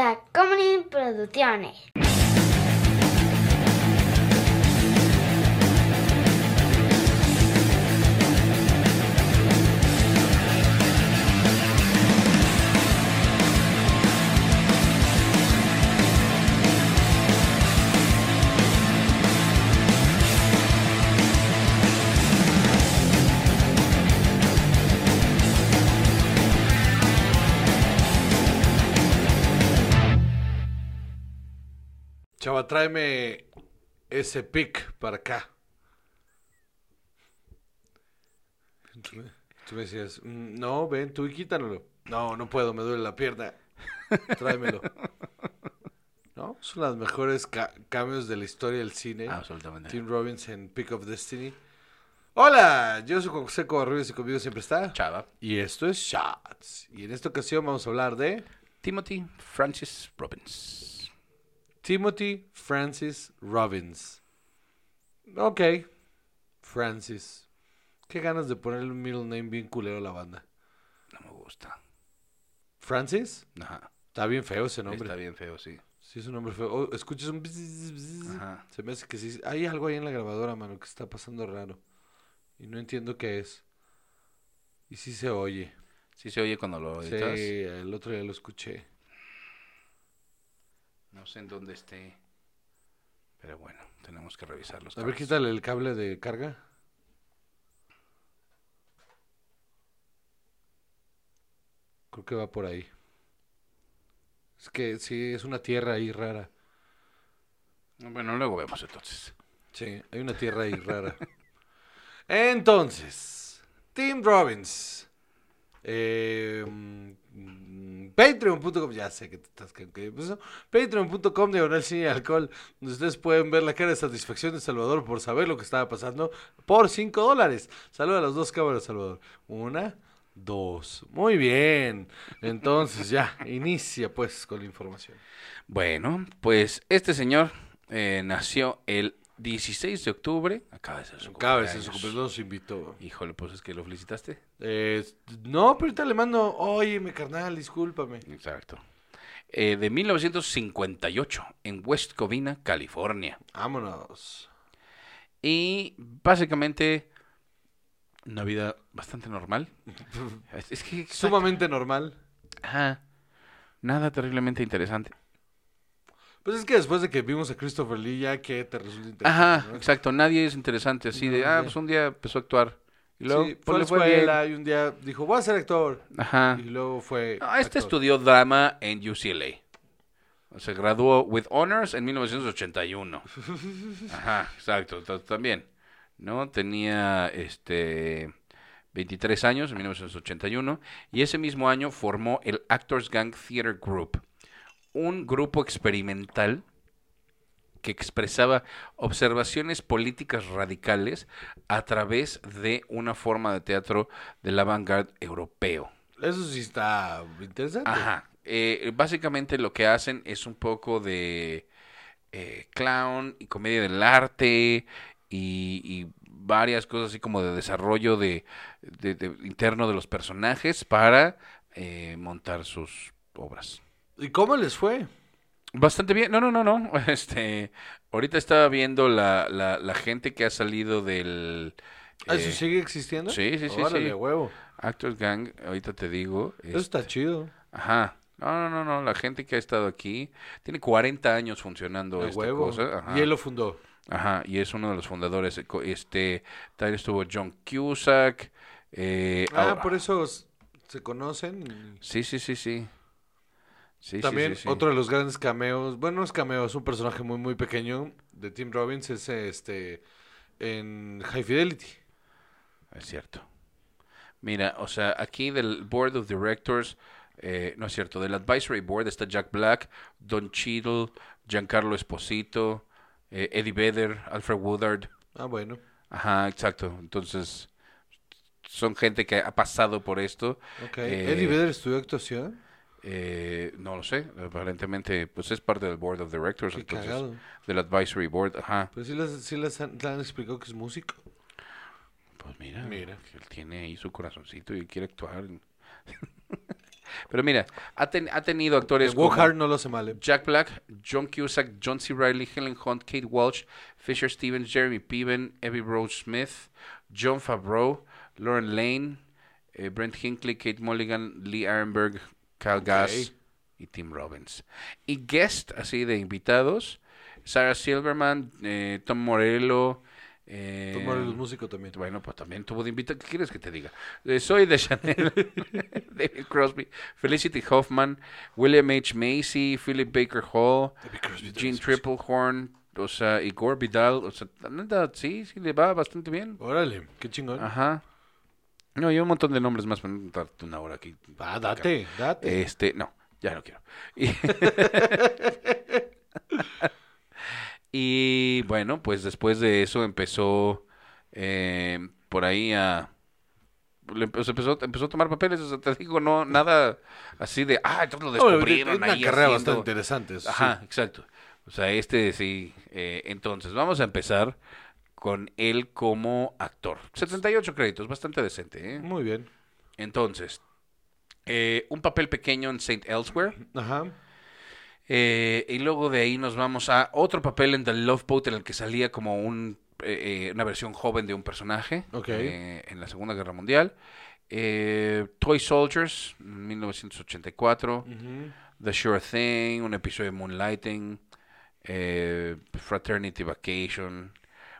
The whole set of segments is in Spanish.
Tacomunin Producciones. Chava, tráeme ese pick para acá. Tú me decías, no, ven tú y quítanoslo. No, no puedo, me duele la pierna. Tráemelo. ¿No? Son las mejores cambios de la historia del cine. Absolutamente. Tim Robbins en Pick of Destiny. Hola, yo soy José Covarrubias y conmigo siempre está Chava. Y esto es Shots. Y en esta ocasión vamos a hablar de Timothy Francis Robbins. Timothy Francis Robbins. Ok, Francis. Qué ganas de ponerle un middle name bien culero a la banda. No me gusta. ¿Francis? Ajá. Está bien feo ese nombre. Está bien feo, sí. Sí, es un nombre feo. Oh, escuchas un bzz, bzz. Ajá. Se me hace que sí. Hay algo ahí en la grabadora, mano, que está pasando raro. Y no entiendo qué es. Y sí se oye. Sí se oye cuando lo Sí, editas. el otro día lo escuché. No sé en dónde esté. Pero bueno, tenemos que revisar los A ver, cables. quítale el cable de carga. Creo que va por ahí. Es que sí, es una tierra ahí rara. Bueno, luego vemos entonces. Sí, hay una tierra ahí rara. Entonces, Tim Robbins. Patreon.com, ya sé que te estás pues, Patreon.com cine y alcohol, donde ustedes pueden ver la cara de satisfacción de Salvador por saber lo que estaba pasando por $5. Saluda a las dos cámaras, Salvador. 1, 2. Muy bien. Entonces ya, inicia pues con la información. Bueno, pues este señor nació el 16 de octubre. Acaba de ser su Cada vez en cumpleaños. su cumpleaños nos invitó. Híjole, pues es que lo felicitaste. No, pero ahorita le mando, óyeme carnal, discúlpame. Exacto. De 1958 en West Covina, California. Vámonos. Y básicamente una vida bastante normal. Es que Sumamente normal. Ajá. Nada terriblemente interesante. Pues es que después de que vimos a Christopher Lee, ya que te resulta interesante. Ajá, ¿no? exacto. Nadie es interesante así No, de, ya. pues un día empezó a actuar. Y luego, Sí, pues, fue a la le fue bien. escuela y un día dijo, voy a ser actor. Ajá. Y luego fue No, este actor. estudió drama en UCLA. Se graduó with honors en 1981. Ajá, exacto. Entonces, también, ¿no? Tenía 23 años en 1981 y ese mismo año formó el Actors Gang Theater Group, un grupo experimental que expresaba observaciones políticas radicales a través de una forma de teatro del avant-garde europeo. Eso sí está interesante. Ajá. Básicamente lo que hacen es un poco de clown y comedia del arte y varias cosas así como de desarrollo de interno de los personajes para montar sus obras. ¿Y cómo les fue? Bastante bien. No. Ahorita estaba viendo la gente que ha salido del... ¿Eso sigue existiendo? Sí. Órale, huevo. Actors Gang, ahorita te digo. Eso está chido. Ajá. No. La gente que ha estado aquí tiene 40 años funcionando A esta huevo. cosa. Ajá. Y él lo fundó. Ajá. Y es uno de los fundadores. También estuvo John Cusack. Por eso se conocen. Sí. También Sí. otro de los grandes cameos, bueno, no es cameo, es un personaje muy muy pequeño de Tim Robbins, es en High Fidelity. Es cierto. Mira, o sea, aquí del Board of Directors, no es cierto, del Advisory Board está Jack Black, Don Cheadle, Giancarlo Esposito, Eddie Vedder, Alfred Woodard. Bueno. Ajá, exacto. Entonces, son gente que ha pasado por esto. Ok. ¿Eddie Vedder estudió actuación? No lo sé, aparentemente pues es parte del Board of Directors, Qué entonces, cagado. del Advisory Board, ajá. Pues le han explicado que es músico. Pues mira, Mira. que él tiene ahí su corazoncito y quiere actuar. Pero mira, ha tenido actores Walk como Hard no lo hace mal, ¿eh? Jack Black, John Cusack, John C. Reilly, Helen Hunt, Kate Walsh, Fisher Stevens, Jeremy Piven, Evie Rose Smith, John Favreau, Lauren Lane, Brent Hinckley, Kate Mulligan, Lee Arenberg, Kyle Gass y Tim Robbins. Y guest, así de invitados, Sarah Silverman, Tom Morello. Tom Morello es músico también. Bueno, pues también tuvo de invitado. ¿Qué quieres que te diga? Soy de Chanel, David Crosby, Felicity Huffman, William H. Macy, Philip Baker Hall, Gene Triplehorn, o sea, y Gore Vidal. O sea, la neta, sí le va bastante bien. Órale, qué chingón. Ajá. No, hay un montón de nombres más para darte una hora aquí. Date. No, ya no quiero. Y bueno, pues después de eso empezó por ahí empezó a tomar papeles, o sea, te digo, no, nada así de, entonces lo descubrieron una ahí carrera haciendo... bastante interesante. Ajá, Sí. exacto. O sea, sí. Entonces, vamos a empezar con él como actor. 78 créditos, bastante decente, ¿eh? Muy bien. Entonces, un papel pequeño en Saint Elsewhere. Ajá. Y luego de ahí nos vamos a otro papel en The Love Boat en el que salía como una versión joven de un personaje en la Segunda Guerra Mundial. Toy Soldiers, 1984. Ujú. The Sure Thing, un episodio de Moonlighting. Fraternity Vacation.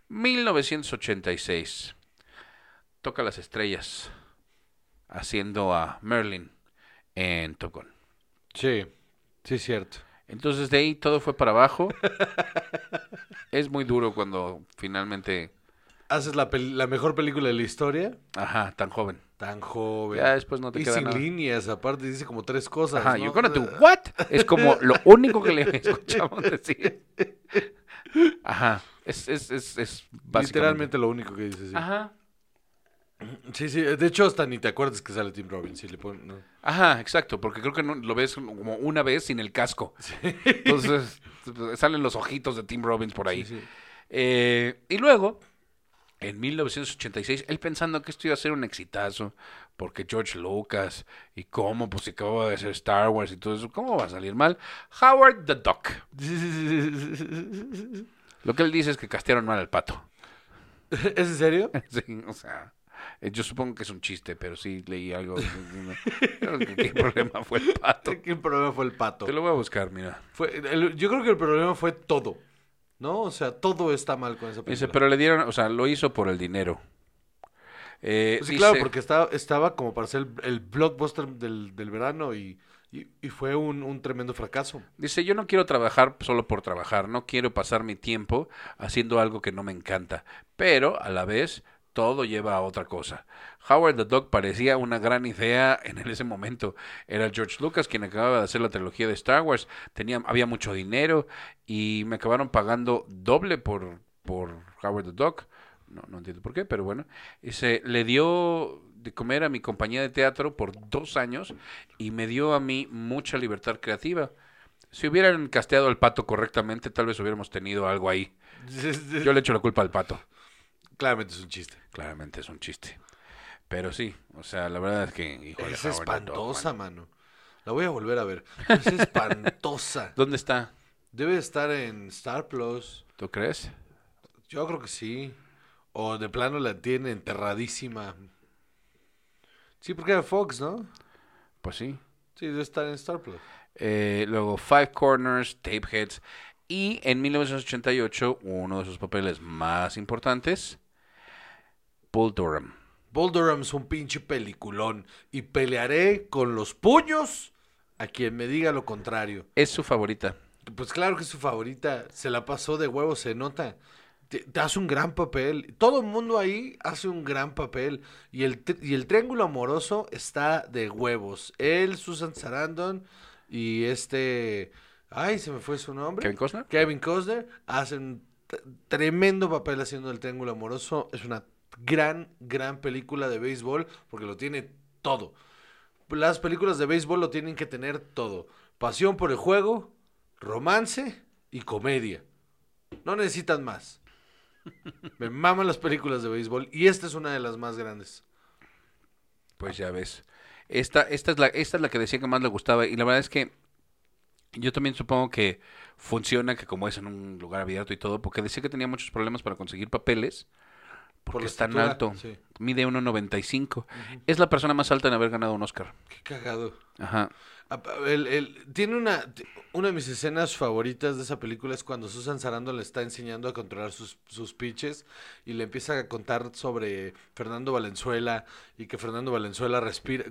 1986. Toca las estrellas haciendo a Merlin en Top Gun. Sí, es cierto. Entonces de ahí todo fue para abajo. Es muy duro cuando finalmente... Haces la mejor película de la historia, Ajá, tan joven. tan joven. Ya después no te Y queda sin nada. líneas, aparte dice como 3 cosas. Ajá, ¿no? you're gonna do what? Es como lo único que le escuchamos decir. Ajá, es básicamente... Literalmente lo único que dice, sí. Ajá. Sí, de hecho hasta ni te acuerdas que sale Tim Robbins. Si le ponen, ¿no? Ajá, exacto, porque creo que no, lo ves como una vez sin el casco. Entonces salen los ojitos de Tim Robbins por ahí. Sí. Y luego, en 1986, él pensando que esto iba a ser un exitazo, porque George Lucas, y cómo, pues si acababa de hacer Star Wars y todo eso, ¿cómo va a salir mal? Howard the Duck. Lo que él dice es que castearon mal al pato. ¿Es en serio? Sí, o sea, yo supongo que es un chiste, pero sí leí algo. ¿Qué problema fue el pato? ¿Qué problema fue el pato? Te lo voy a buscar, mira. Yo creo que el problema fue todo, ¿no? O sea, todo está mal con esa película. Dice, pero le dieron, o sea, lo hizo por el dinero. Pues sí, claro, porque estaba como para ser el blockbuster del verano y fue un tremendo fracaso. Dice, yo no quiero trabajar solo por trabajar, no quiero pasar mi tiempo haciendo algo que no me encanta, pero a la vez todo lleva a otra cosa. Howard the Duck parecía una gran idea en ese momento. Era George Lucas quien acababa de hacer la trilogía de Star Wars, había mucho dinero y me acabaron pagando doble por Howard the Duck. No entiendo por qué, pero bueno. Le dio de comer a mi compañía de teatro por 2 años y me dio a mí mucha libertad creativa. Si hubieran casteado al pato correctamente, tal vez hubiéramos tenido algo ahí. Yo le echo la culpa al pato. Claramente es un chiste. Claramente es un chiste. Pero sí, o sea, la verdad es que... híjole, Es Howard the Duck, espantosa, mano. mano. La voy a volver a ver. Es espantosa. ¿Dónde está? Debe estar en Star Plus. ¿Tú crees? Yo creo que sí. O de plano la tiene enterradísima. Sí, porque era Fox, ¿no? Pues sí. Sí, debe estar en Star Plus. Luego Five Corners, Tapeheads. Y en 1988, uno de sus papeles más importantes, Bull Durham. Bull Durham es un pinche peliculón. Y pelearé con los puños a quien me diga lo contrario. Es su favorita. Pues claro que es su favorita. Se la pasó de huevo, se nota. Te hace un gran papel. Todo el mundo ahí hace un gran papel. Y el triángulo amoroso está de huevos. Él, Susan Sarandon y ay, se me fue su nombre. ¿Kevin Costner? Kevin Costner hacen tremendo papel haciendo el triángulo amoroso. Es una gran película de béisbol porque lo tiene todo. Las películas de béisbol lo tienen que tener todo. Pasión por el juego, romance y comedia. No necesitan más. Me maman las películas de béisbol y esta es una de las más grandes. Pues ya ves. Esta es la que decía que más le gustaba. Y la verdad es que yo también supongo que funciona, que como es en un lugar abierto y todo, porque decía que tenía muchos problemas para conseguir papeles, Por porque la es tan estatura, alto. sí. Mide 1,95. Es la persona más alta en haber ganado un Oscar. Qué cagado. Ajá. Tiene una de mis escenas favoritas de esa película es cuando Susan Sarandon le está enseñando a controlar sus pitches y le empieza a contar sobre Fernando Valenzuela y que Fernando Valenzuela respira,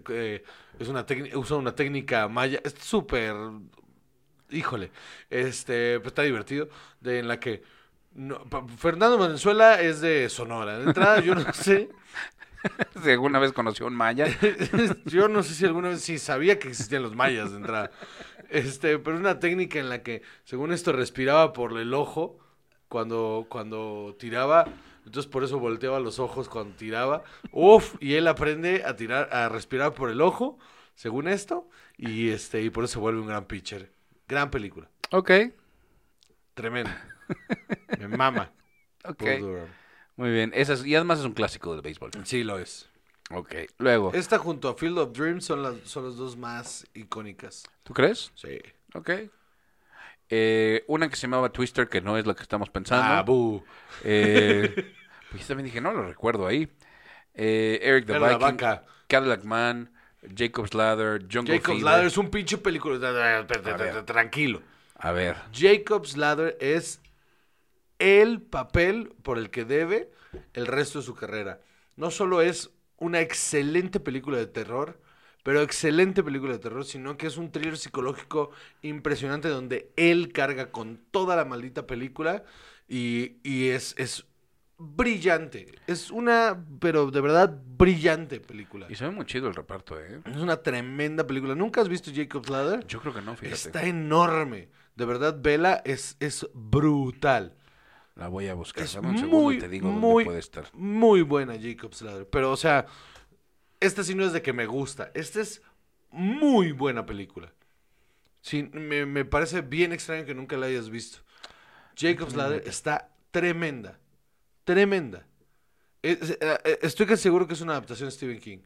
usa una técnica maya, es súper, híjole, pues está divertido, en la que Fernando Valenzuela es de Sonora, de entrada yo no sé. Si alguna vez conoció a un maya. Yo no sé si alguna vez sí sabía que existían los mayas de entrada. Pero es una técnica en la que, según esto, respiraba por el ojo cuando tiraba. Entonces por eso volteaba los ojos cuando tiraba. Uf, y él aprende a respirar por el ojo, según esto, y por eso se vuelve un gran pitcher. Gran película. Ok, Tremendo. Me mama. ok. Paul Durham. Muy bien. Y además es un clásico del béisbol. Sí, lo es. Ok. Luego, Esta junto a Field of Dreams son las dos más icónicas. ¿tú crees? Sí. Ok. Una que se llamaba Twister, que no es la que estamos pensando. Ah, bu. Pues yo también dije, no lo recuerdo ahí. Eric the Era la Viking, vaca. Cadillac Man, Jacob's Ladder, Jungle Jacob's Fever. Ladder es un pinche película. ver. Tranquilo. A ver, Jacob's Ladder es el papel por el que debe el resto de su carrera. No solo es una excelente película de terror, pero excelente película de terror, sino que es un thriller psicológico impresionante donde él carga con toda la maldita película y es brillante. Es una, pero de verdad, brillante película. y se ve muy chido el reparto, ¿eh? Es una tremenda película. ¿Nunca has visto Jacob's Ladder? Yo creo que no, fíjate. Está enorme. De verdad, vela, es brutal. La voy a buscar. Es Dame un segundo muy, y te digo dónde muy, puede estar. muy buena Jacob's Ladder. Pero, o sea, esta sí no es de que me gusta. Esta es muy buena película. Sí, me parece bien extraño que nunca la hayas visto. Jacob's Ladder está tremenda. Tremenda. Estoy casi seguro que es una adaptación de Stephen King.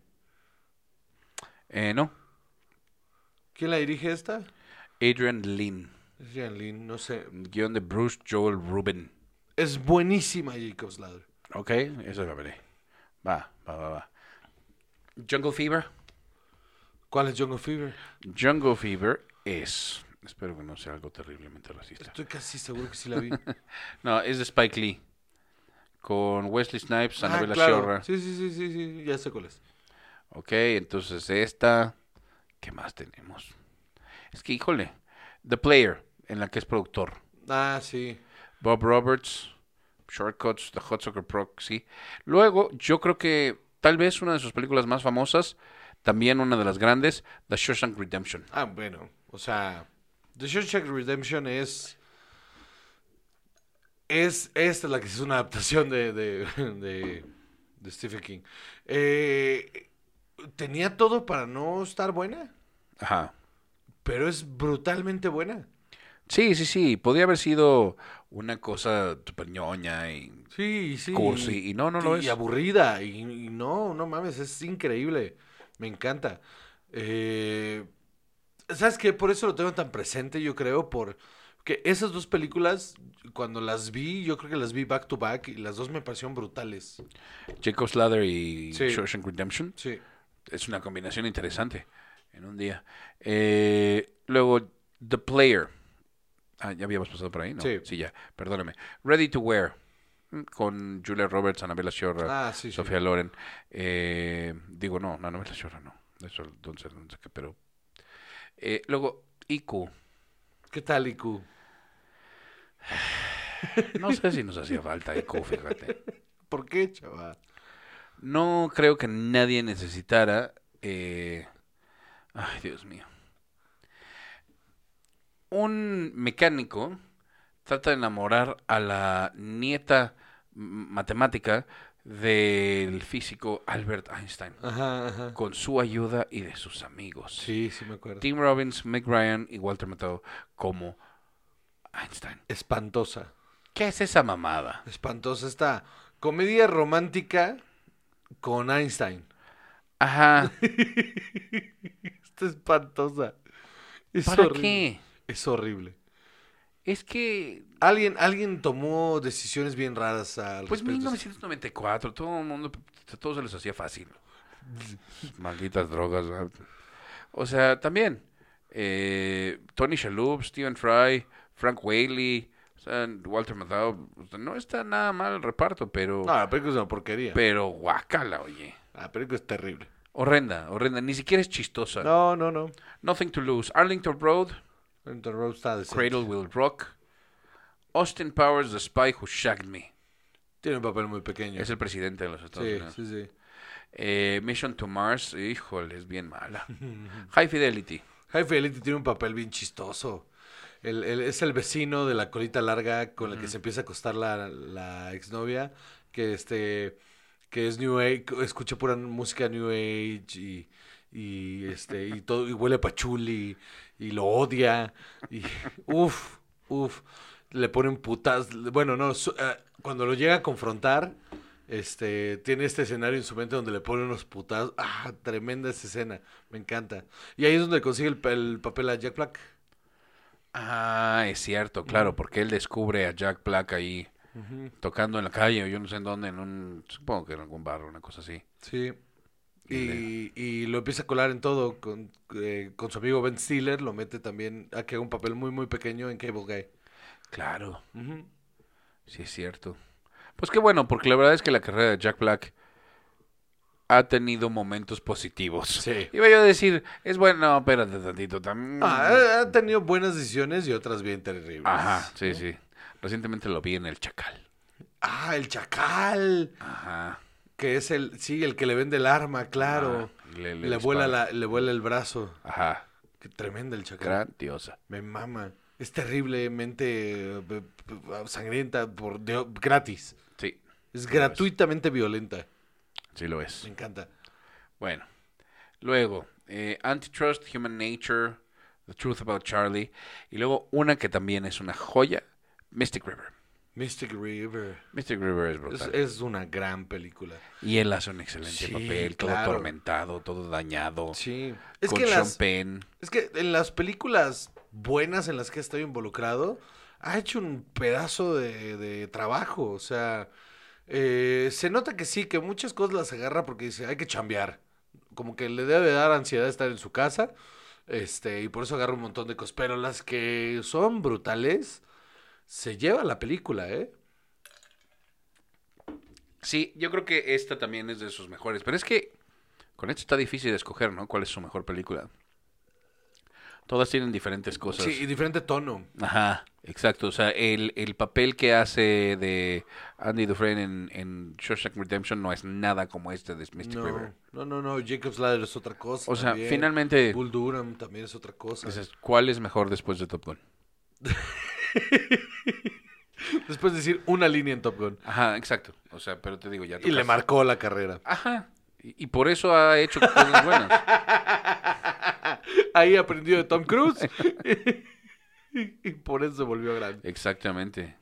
No. ¿Quién la dirige esta? Adrian Lin. Es Jan Lin, no sé. Guión de Bruce Joel Rubin. Es buenísima Jacob's Ladder. Ok, eso la veré. Va. Jungle Fever. ¿Cuál es Jungle Fever? Jungle Fever es... Espero que no sea algo terriblemente racista. Estoy casi seguro que sí la vi. No, es de Spike Lee. Con Wesley Snipes, Annabella claro. Sciorra. Sí, ya sé cuál es. Ok, entonces esta... ¿Qué más tenemos? Es que, híjole. The Player, en la que es productor. Ah, sí. Bob Roberts, Shortcuts, The Hot Soccer Proxy. Luego, yo creo que tal vez una de sus películas más famosas, también una de las grandes, The Shawshank Redemption. Ah, bueno. O sea, The Shawshank Redemption esta es la que es una adaptación de Stephen King. Tenía todo para no estar buena, Ajá. pero es brutalmente buena. Sí. Podía haber sido una cosa super ñoña y Sí. cursi. Y no lo es. Y aburrida. Y no mames, es increíble. Me encanta. ¿Sabes qué? Por eso lo tengo tan presente, yo creo, porque esas dos películas, cuando las vi, yo creo que las vi back to back y las dos me parecieron brutales. Jacob's Ladder y Sí. Shawshank Redemption. Sí. Es una combinación interesante en un día. Luego, The Player. Ya habíamos pasado por ahí, ¿no? Sí. Ya. Perdóname. Ready to Wear. Con Julia Roberts, Annabella Sciorra, Sí. Sofía Loren. No, Annabella Sciorra no. Eso, entonces, no sé qué, pero... luego, IQ. ¿Qué tal, IQ? No sé si nos hacía falta IQ, fíjate. ¿Por qué, chaval? No creo que nadie necesitara... Ay, Dios mío. Un mecánico trata de enamorar a la nieta matemática del físico Albert Einstein Ajá. con su ayuda y de sus amigos. Sí, me acuerdo. Tim Robbins, Meg Ryan y Walter Matthau como Einstein. Espantosa. ¿Qué es esa mamada? Espantosa esta comedia romántica con Einstein. Ajá. Está espantosa. Es ¿Para horrible. qué? Es horrible. Es que, Alguien tomó decisiones bien raras al pues respecto. 1994, todo el mundo, todo se les hacía fácil. Malditas drogas, ¿verdad? O sea, también, Tony Shalhoub, Stephen Fry, Frank Whaley, o sea, Walter Matthau, o sea, no está nada mal el reparto, pero, No, la película es una porquería. pero guácala, oye. La película es terrible. Horrenda, ni siquiera es chistosa. No. Nothing to Lose, Arlington Road, Arlington Road está decente. Cradle Will Rock, Austin Powers, The Spy Who Shagged Me. Tiene un papel muy pequeño. Es el presidente de los Estados Sí, Unidos. sí. Mission to Mars, híjole, es bien mala. High Fidelity. High Fidelity tiene un papel bien chistoso. Es el vecino de la colita larga con la que se empieza a acostar la exnovia, que que es New Age, escucha pura música New Age y todo, y huele a pachuli y lo odia y uf, le ponen putas, bueno, no, cuando lo llega a confrontar, tiene este escenario en su mente donde le ponen unos putazos, tremenda esa escena, me encanta. Y ahí es donde consigue el papel a Jack Black. Ah, es cierto, claro, porque él descubre a Jack Black ahí tocando en la calle, o yo no sé en dónde, supongo que en algún bar o una cosa así. Sí. Y lo empieza a colar en todo con su amigo Ben Stiller, lo mete también a que haga un papel muy muy pequeño en Cable Guy. Claro, Ujú. sí es cierto. Pues qué bueno, porque la verdad es que la carrera de Jack Black ha tenido momentos positivos. Sí. Iba yo a decir, es bueno, no, espérate tantito. Ha tenido buenas decisiones y otras bien terribles. Ajá, sí, sí. Recientemente lo vi en El Chacal. El Chacal, Ajá. que es el que le vende el arma, claro. Ajá, le Le vuela dispara. le vuela el brazo. Ajá. Qué tremenda el Chacal. Grandiosa. Me mama. Es terriblemente sangrienta gratis. Sí, Es gratuitamente violenta. sí lo Me es. encanta. Bueno, luego, Antitrust, Human Nature, The Truth About Charlie. Y luego una que también es una joya, Mystic River. Mystic River. Mystic River es brutal. Es una gran película. Y él hace un excelente Sí, papel, todo claro. atormentado, todo dañado. Sí. Con Sean Penn. Es que en las películas buenas en las que estoy involucrado, ha hecho un pedazo de trabajo. O sea, se nota que sí, que muchas cosas las agarra porque dice, hay que chambear. Como que le debe dar ansiedad estar en su casa. Y por eso agarra un montón de cosas. Pero las que son brutales, se lleva la película, ¿eh? Sí, yo creo que esta también es de sus mejores. Pero es que con esto está difícil de escoger, ¿no? ¿Cuál es su mejor película? Todas tienen diferentes cosas. Sí, y diferente tono. Ajá, exacto. O sea, el papel que hace de Andy Dufresne en Shawshank Redemption no es nada como este de Mystic River. No. Jacob's Ladder es otra cosa. O sea, también. finalmente, Bull Durham también es otra cosa. ¿cuál es mejor después de Top Gun? Después de decir una línea en Top Gun. Ajá, exacto. O sea, pero te digo, ya Y le tocas- marcó la carrera. Ajá. Y por eso ha hecho cosas buenas. Ahí aprendió de Tom Cruise. y por eso se volvió grande. Exactamente.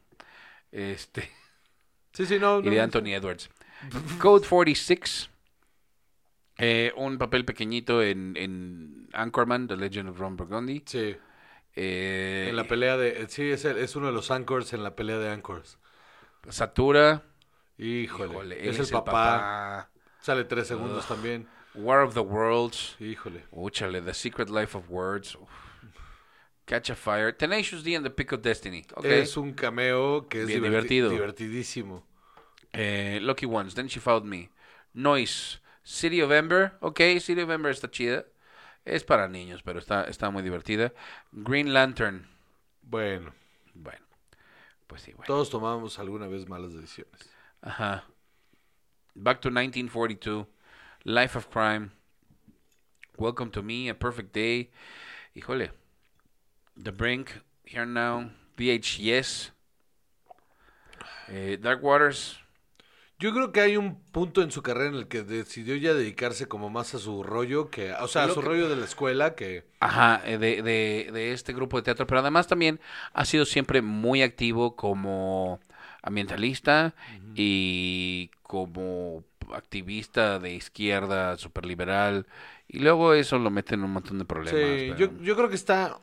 Sí, no. Y de Anthony Edwards. Code 46. Un papel pequeñito en Anchorman, The Legend of Ron Burgundy. Sí. En En la pelea de... Sí, es uno de los Anchors en la pelea de Anchors. Satura. Híjole. Él Es el papá. Sale 3 segundos también. War of the Worlds. Híjole. Úchale, The Secret Life of Words. Uf. Catch a Fire. Tenacious D and the Pick of Destiny. Okay. Es un cameo que es Bien divertido. divertidísimo. Lucky Ones. Then She Found Me. Noise. City of Ember. Ok, City of Ember está chida. Es para niños, pero está muy divertida. Green Lantern. Bueno. Bueno, pues sí, bueno. Todos tomamos alguna vez malas decisiones. Ajá. Back to 1942. Life of Crime. Welcome to Me. A Perfect Day. Híjole. The Brink. Here Now. VHS. Dark Waters. Yo creo que hay un punto en su carrera en el que decidió ya dedicarse como más a su rollo, o sea, a su rollo de la escuela, que... Ajá, de este grupo de teatro, pero además también ha sido siempre muy activo como ambientalista y como activista de izquierda, súper liberal, y luego eso lo mete en un montón de problemas. Sí, pero- yo creo que está...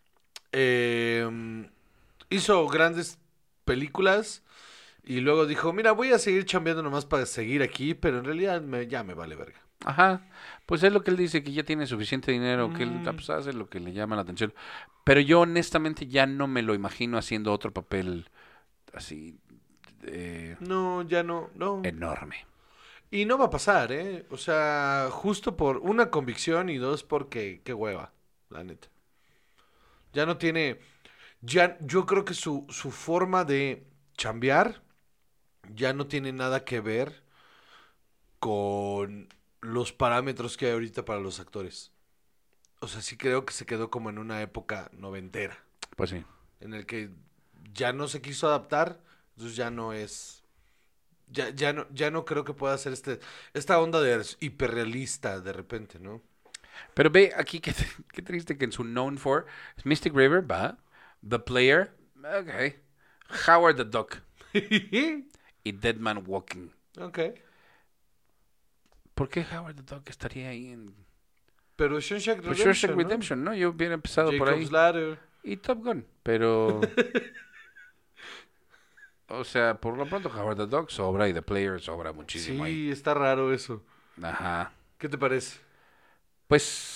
hizo grandes películas y luego dijo, mira, voy a seguir chambeando nomás para seguir aquí, pero en realidad ya me vale verga. Ajá, pues es lo que él dice, que ya tiene suficiente dinero, que él Mm. pues, hace lo que le llama la atención. Pero yo honestamente ya no me lo imagino haciendo otro papel así No, ya no. enorme. Y no va a pasar, ¿eh? O sea, justo por una convicción y dos porque qué hueva, la neta. Ya no tiene... Ya, yo creo que su forma de chambear ya no tiene nada que ver con los parámetros que hay ahorita para los actores. O sea, sí creo que se quedó como en una época noventera, Pues sí. en el que ya no se quiso adaptar, entonces ya no es... ya no creo que pueda ser esta onda de hiperrealista de repente, ¿no? Pero ve aquí qué triste que en su Known For es Mystic River, va. The Player, ok. Howard the Duck y Dead Man Walking. Ok. ¿Por qué Howard the Duck estaría ahí en Pero Shawshank pues Redemption, Shawshank ¿no? Redemption, ¿no? Yo hubiera empezado por ahí. Jacob's Ladder. Y Top Gun, pero... O sea, por lo pronto Howard the Duck sobra y The Player sobra muchísimo ahí. Sí, está raro eso. Ajá. ¿Qué te parece? Pues...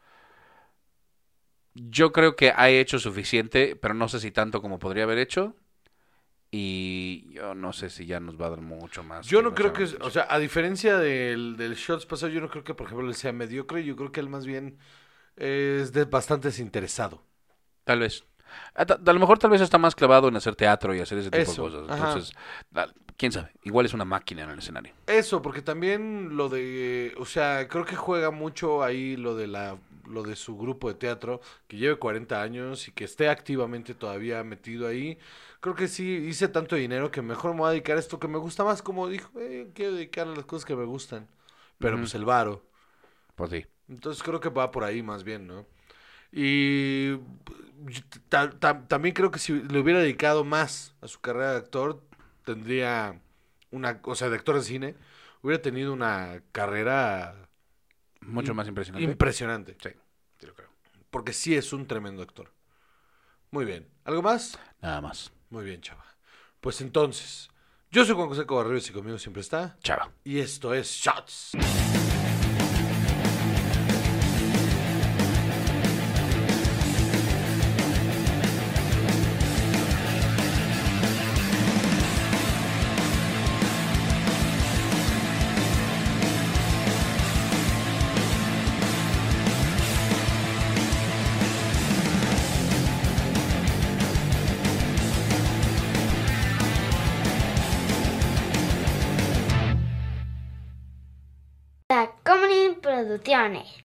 Yo creo que ha hecho suficiente, pero no sé si tanto como podría haber hecho. Y yo no sé si ya nos va a dar mucho más. Yo no creo que, Howard the o sea, a diferencia del Shots pasado, yo no creo que, por ejemplo, él sea mediocre. Yo creo que él más bien es bastante desinteresado. Tal vez. A lo mejor tal vez está más clavado en hacer teatro y hacer ese tipo Eso, de cosas. ajá. Entonces, quién sabe. Igual es una máquina en el escenario. Eso, porque también lo de, o sea, creo que juega mucho ahí lo de su grupo de teatro, que lleve 40 años y que esté activamente todavía metido ahí. Creo que sí hice tanto dinero que mejor me voy a dedicar a esto que me gusta más, como dijo, quiero dedicar a las cosas que me gustan. Pero Ujú. pues el varo. Pues sí. Entonces creo que va por ahí más bien, ¿no? Y también creo que si le hubiera dedicado más a su carrera de actor, tendría o sea, de actor de cine, hubiera tenido una carrera Mucho más impresionante. impresionante. Sí, sí lo creo. Porque sí es un tremendo actor. Muy bien. ¿Algo más? Nada más. Muy bien, chava. Pues entonces, yo soy Juan José Covarrubias y conmigo siempre está. Chao. Y esto es Shots. Tacomunin Producciones.